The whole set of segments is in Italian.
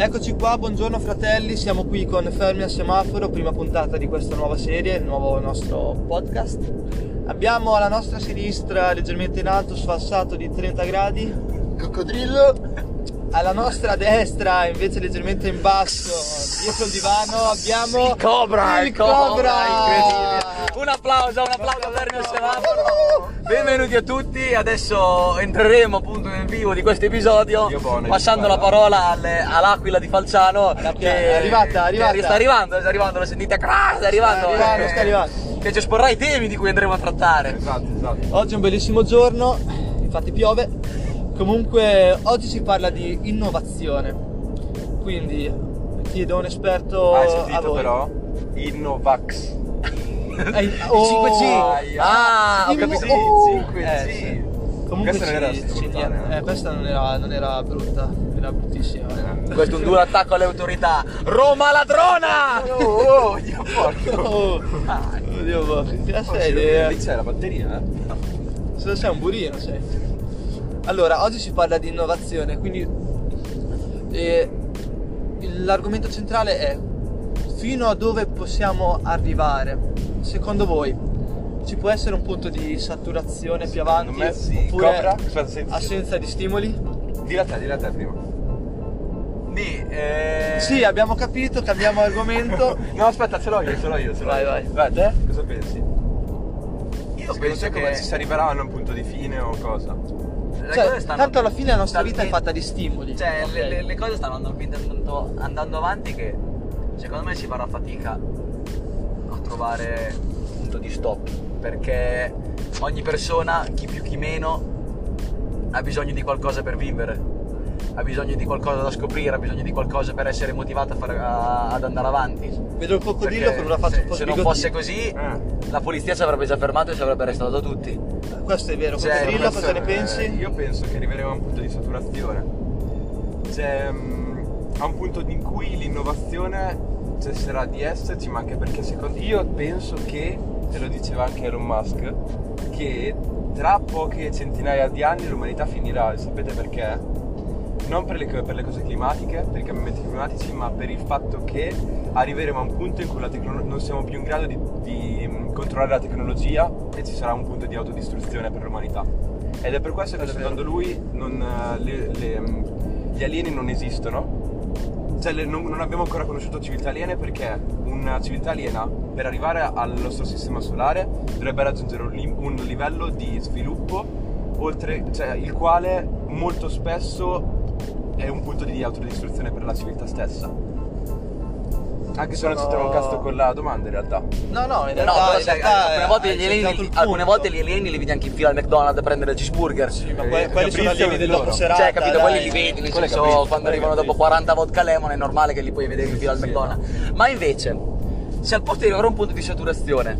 Eccoci qua, buongiorno fratelli, siamo qui con Fermi al Semaforo, prima puntata di questa nuova serie, il nuovo nostro podcast. Abbiamo alla nostra sinistra, leggermente in alto, sfalsato di 30 gradi, coccodrillo. Alla nostra destra, invece leggermente in basso, dietro il divano, abbiamo il Cobra, incredibile. Un applauso a Fermi al Semaforo. Benvenuti a tutti, adesso entreremo appunto nel vivo di questo episodio, passando la parola all'Aquila di Falciano, che è arrivata. Sta arrivando, lo sentite? Sta arrivando. Che ci esporrà i temi di cui andremo a trattare. Esatto. Oggi è un bellissimo giorno, infatti piove. Comunque oggi si parla di innovazione, quindi chiedo a un esperto. Hai sentito a voi. però? Innovax. 5G. Ho capito. 5G. Sì. Comunque questa non era sottovalutare, questa non era brutta, era bruttissima. Questo è un duro attacco alle autorità. Roma ladrona! Dio porco. Oddio porco. Lì c'è la batteria, Se sei un burino sei. Allora, oggi si parla di innovazione, quindi l'argomento centrale è fino a dove possiamo arrivare. Secondo voi ci può essere un punto di saturazione più avanti? Me sì. Oppure Cobra? Aspetta, assenza di stimoli? Dilla te prima. Sì, abbiamo capito, cambiamo argomento. No, aspetta, ce l'ho io. Vai. Te? Cosa pensi? Io penso che ci si arriverà a un punto di fine o cosa? Tanto alla fine la nostra vita è fatta di stimoli. Cioè, okay. le cose stanno andando avanti che secondo me si farà fatica a trovare un punto di stop, perché ogni persona, chi più chi meno, ha bisogno di qualcosa per vivere, ha bisogno di qualcosa da scoprire, ha bisogno di qualcosa per essere motivato ad andare avanti. Vedo il coccodrillo con una faccia un po' se non fosse così, la polizia ci avrebbe già fermato e ci avrebbe arrestato tutti. Questo è vero, coccodrillo, cosa ne pensi? Io penso che arriveremo a un punto di saturazione. A un punto in cui l'innovazione cesserà di esserci, ma anche perché io penso che, e lo diceva anche Elon Musk, che tra poche centinaia di anni l'umanità finirà. Sapete perché? Non per le cose climatiche, per i cambiamenti climatici, ma per il fatto che arriveremo a un punto in cui non siamo più in grado di controllare la tecnologia e ci sarà un punto di autodistruzione per l'umanità. Ed è per questo che secondo lui gli alieni non esistono. Cioè non abbiamo ancora conosciuto civiltà aliene, perché una civiltà aliena, per arrivare al nostro sistema solare, dovrebbe raggiungere un livello di sviluppo il quale molto spesso è un punto di autodistruzione per la civiltà stessa. Anche se non ci trovo un cazzo con la domanda in realtà. No, in realtà alcune volte gli alieni li vedi anche in fila al McDonald's a prendere il cheeseburger. Sì, ma quelli sono alieni del dopo serata. Cioè, capito, quelli li vedi, nel senso, quando arrivano dopo 40 vodka lemon è normale che li puoi vedere in fila al McDonald's. No. Ma invece, se al posto di arrivare a un punto di saturazione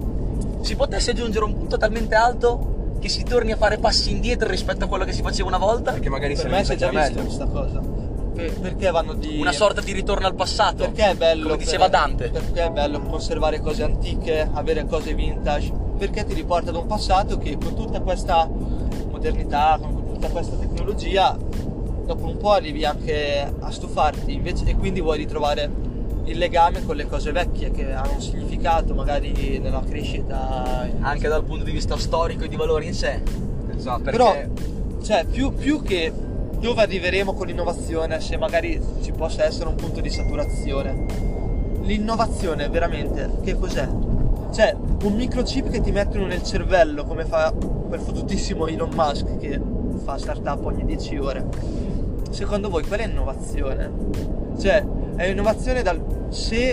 si potesse giungere a un punto talmente alto che si torni a fare passi indietro rispetto a quello che si faceva una volta, perché magari per me si è già visto questa cosa. Perché vanno di una sorta di ritorno al passato, perché è bello, come diceva Dante, perché è bello conservare cose antiche, avere cose vintage, perché ti riporta ad un passato che con tutta questa modernità, con tutta questa tecnologia, dopo un po' arrivi anche a stufarti invece, e quindi vuoi ritrovare il legame con le cose vecchie che hanno un significato magari nella crescita, anche dal punto di vista storico e di valore in sé. Esatto. Però cioè più che dove arriveremo con l'innovazione, se magari ci possa essere un punto di saturazione, l'innovazione veramente che cos'è? Cioè un microchip che ti mettono nel cervello, come fa quel fottutissimo Elon Musk che fa startup ogni 10 ore. Secondo voi qual è innovazione? Cioè è innovazione se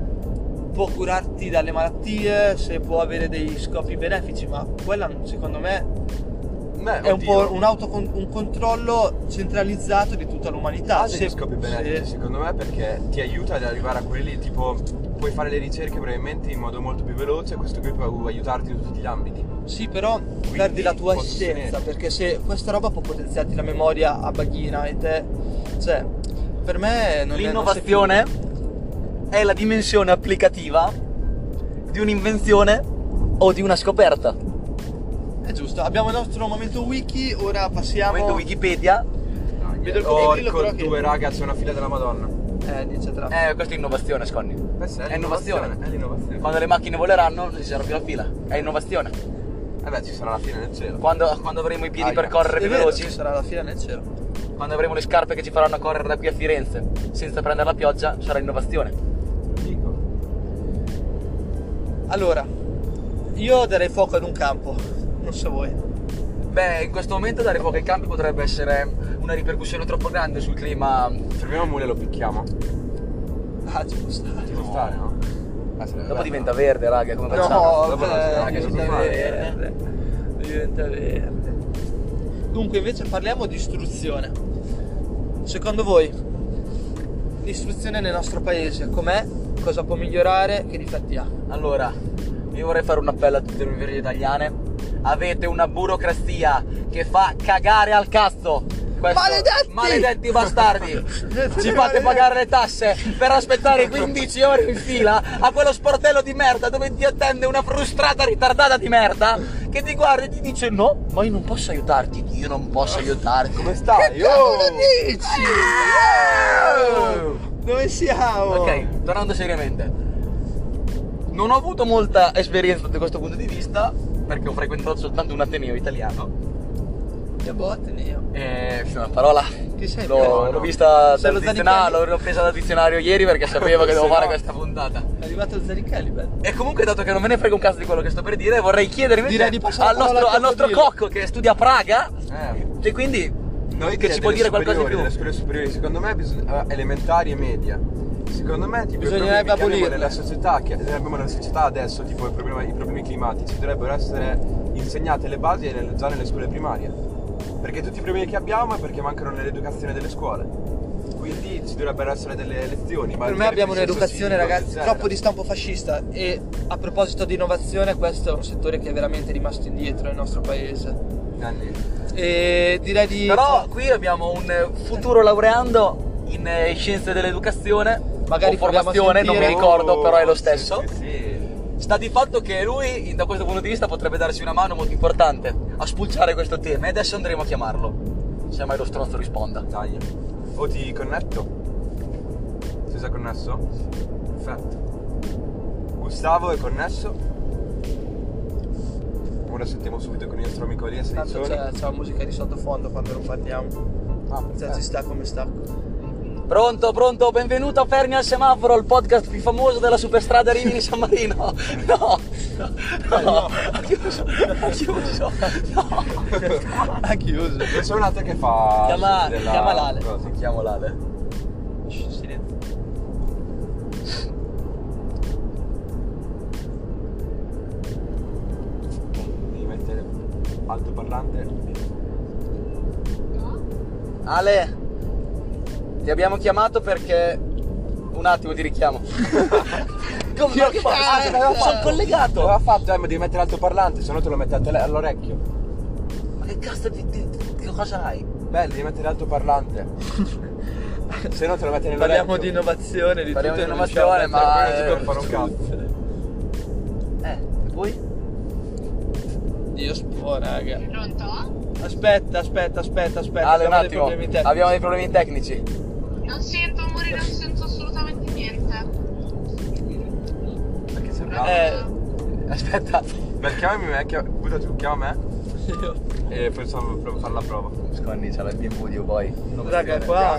può curarti dalle malattie, se può avere dei scopi benefici, ma quella secondo me è un po' un controllo centralizzato di tutta l'umanità. Ha degli scopi benefici secondo me, perché ti aiuta ad arrivare a quelli, tipo puoi fare le ricerche brevemente in modo molto più veloce, questo qui può aiutarti in tutti gli ambiti. Sì, però perdi la tua essenza, perché se questa roba può potenziarti la memoria a baghina e te, cioè per me non l'innovazione è la dimensione applicativa di un'invenzione o di una scoperta. È giusto, abbiamo il nostro momento wiki, ora passiamo. Momento Wikipedia. Vedo il Oh, coccodrillo però con che... due raga, c'è una fila della Madonna. Dice tra. Questa è innovazione, Sconni. Questa È innovazione. È l'innovazione. Quando le macchine voleranno non ci sarà più la fila. È innovazione. Ci sarà la fine nel cielo. Quando avremo i piedi Aia. per correre È più vero, veloci, ci sarà la fila nel cielo. quando avremo le scarpe che ci faranno correre da qui a Firenze senza prendere la pioggia, sarà innovazione. Dico. Allora, io darei fuoco ad un campo. Non so voi. Beh, in questo momento dare fuoco ai campi potrebbe essere una ripercussione troppo grande sul clima. Fermiamo Mule e lo picchiamo. Ah, ci può stare. Ci può stare, no? Dopo diventa verde, raga, come facciamo? No, Dopo non si sa che diventa si fa. verde. Diventa verde. Dunque, invece parliamo di istruzione. Secondo voi, l'istruzione nel nostro paese com'è? Cosa può migliorare? Che difetti ha? Allora, io vorrei fare un appello a tutte le università italiane. Avete una burocrazia che fa cagare al cazzo. Maledetti bastardi! Ci fate pagare le tasse per aspettare 15 ore in fila a quello sportello di merda dove ti attende una frustrata ritardata di merda che ti guarda e ti dice no, ma io non posso aiutarti, io non posso aiutarti. Come stai? Che cavolo dici? Dove siamo? Ok, tornando seriamente, non ho avuto molta esperienza da questo punto di vista perché ho frequentato soltanto un ateneo italiano. Che botte, io. Una parola. Chi sei? L'ho vista Sei dal lo dizionario, l'ho presa dal dizionario ieri perché sapevo che devo Se fare no- questa puntata. È arrivato il Zanichelli, bello. E comunque, dato che non me ne frega un cazzo di quello che sto per dire, vorrei chiedere invece Direi di passare al la parola al nostro coccodrillo. cocco che studia a Praga, e quindi Noi che ci può dire qualcosa di più. Delle scuole superiori, secondo me elementari e media. Secondo me tipo Bisognerebbe i problemi che abbiamo abolirle. nella società, che abbiamo nella società adesso, tipo i problemi climatici, dovrebbero essere insegnate le basi già nelle scuole primarie. Perché tutti i problemi che abbiamo è perché mancano nell'educazione delle scuole. Quindi ci dovrebbero essere delle lezioni. Per me abbiamo un'educazione, ragazzi, troppo di stampo fascista. E a proposito di innovazione, questo è un settore che è veramente rimasto indietro nel nostro paese. E direi di... Però qui abbiamo un futuro laureando in scienze dell'educazione, Magari o proviamo a formazione, non mi sentire. ricordo, però è lo stesso. Sì. Sta di fatto che lui, da questo punto di vista, potrebbe darsi una mano molto importante a spulciare questo tema e adesso andremo a chiamarlo. Se mai lo stronzo risponda. Dai. O ti connetto? Sei già connesso? Perfetto. Gustavo è connesso. Ora sentiamo subito con il nostro amico Elias di Tanto Sony. c'è la musica di sottofondo quando non parliamo. Cioè, ci sta come sta. Pronto, benvenuto a Fermi al semaforo, il podcast più famoso della superstrada Rimini-San Marino. No, ha chiuso, no. Ha chiuso. C'è un altro che fa. Chiama Lale. cosa. Chiamo Lale. Silenzio. Devi mettere altoparlante. Ale, ti abbiamo chiamato perché... Un attimo, ti richiamo. Come? Ma che fa? Sono collegato. L'aveva fatto, ma devi mettere altoparlante, se no te lo metti all'orecchio. Ma che cazzo che cosa hai? Beh, devi mettere altoparlante. Se no te lo metti nell'orecchio. Parliamo di innovazione, di Parliamo tutto di e non riusciamo a innovazione, ma- mettere per fare un cazzo. E poi? Dio raga. Pronto? Aspetta. Ale, un abbiamo dei attimo, problemi tecnici. abbiamo dei problemi tecnici. Non sento morire, non sento assolutamente niente. Perché sei bravo? Aspetta. Beh, chiamami me, Buda tu, chiama me. Io. E poi fare la prova. Sconni, c'ha il BMW poi. Raga, qua.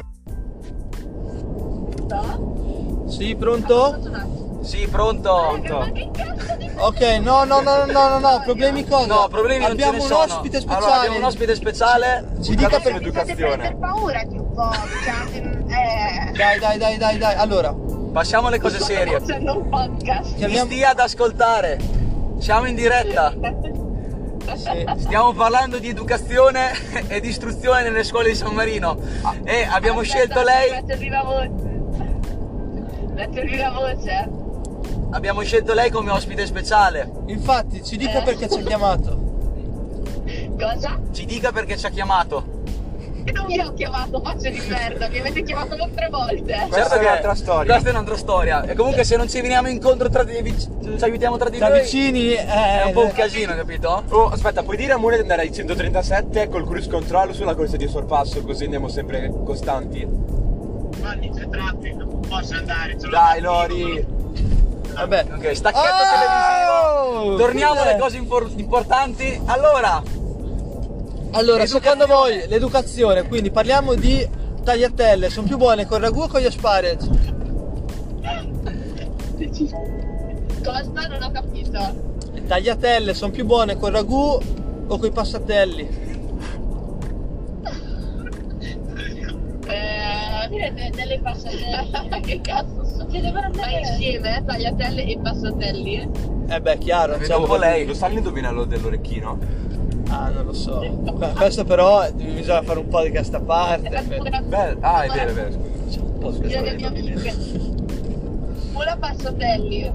Pronto? Sì, pronto? Sì, pronto. Ma che cazzo di... Ok, no, problemi cosa? No, problemi non abbiamo ce ne un sono. ospite Allora, speciale. abbiamo un ospite speciale. Ci dica per per... Mi fate prendere paura di un po', diciamo. Dai. Allora, Passiamo alle cose Sto serie. facendo un podcast. Mi stia ad ascoltare. Siamo in diretta. sì. Stiamo parlando di educazione e di istruzione nelle scuole di San Marino. E abbiamo scelto lei. Metto il viva voce. Abbiamo scelto lei come ospite speciale. Infatti, ci dica perché ci ha chiamato. Cosa? Ci dica perché ci ha chiamato. Non mi ho chiamato faccia di merda, mi avete chiamato 3 volte. Questa è un'altra storia. Questa è un'altra storia. E comunque se non ci veniamo incontro ci aiutiamo tra di Tra noi. vicini È un po' un casino, capito? Oh, aspetta, puoi dire a Mure di andare ai 137 col cruise control sulla corsa di sorpasso, così andiamo sempre costanti? Guardi, c'è traffico, posso andare? Ce l'ho Dai, da Lori! Vabbè. Ok, stacchetto Oh! televisivo. Torniamo alle cose importanti. Allora, Secondo voi l'educazione, quindi parliamo di tagliatelle, sono più buone con il ragù o con gli asparagi? Cosa? Non ho capito. Le tagliatelle sono più buone con il ragù o con i passatelli? Delle passatelle. Che cazzo sono? Che devono andare insieme, tagliatelle e passatelli? Beh, chiaro, Vedo c'è un po' lei. Lo sa l'indovinello dell'orecchino? Ah, non lo so. Questo però bisogna fare un po' di questa parte. Beh, è vero, scusa. Un po' di Delle mie amiche. Una passatelli.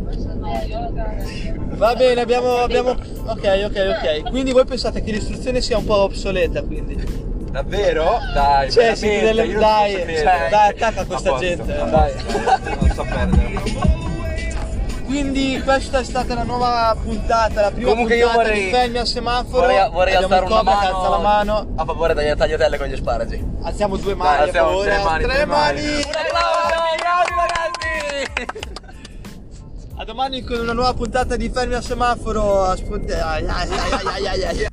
Va bene, abbiamo... Ok. Quindi voi pensate che l'istruzione sia un po' obsoleta, quindi? Davvero? Dai, Cioè, veramente, siete delle... io non Dai, ci posso credere. dai, attacca A questa posto. gente. Dai, non sto perdere. Quindi questa è stata la nuova puntata, la prima Comunque io puntata vorrei- di Fermi al semaforo. Vorrei Abbiamo alzare il una Cobra che alza la mano. a favore delle tagliatelle con gli asparagi. Alziamo 2 mani, a alziamo favore. 3 mani, 3 mani. Un applauso, bravi ragazzi! A domani con una nuova puntata di Fermi al semaforo.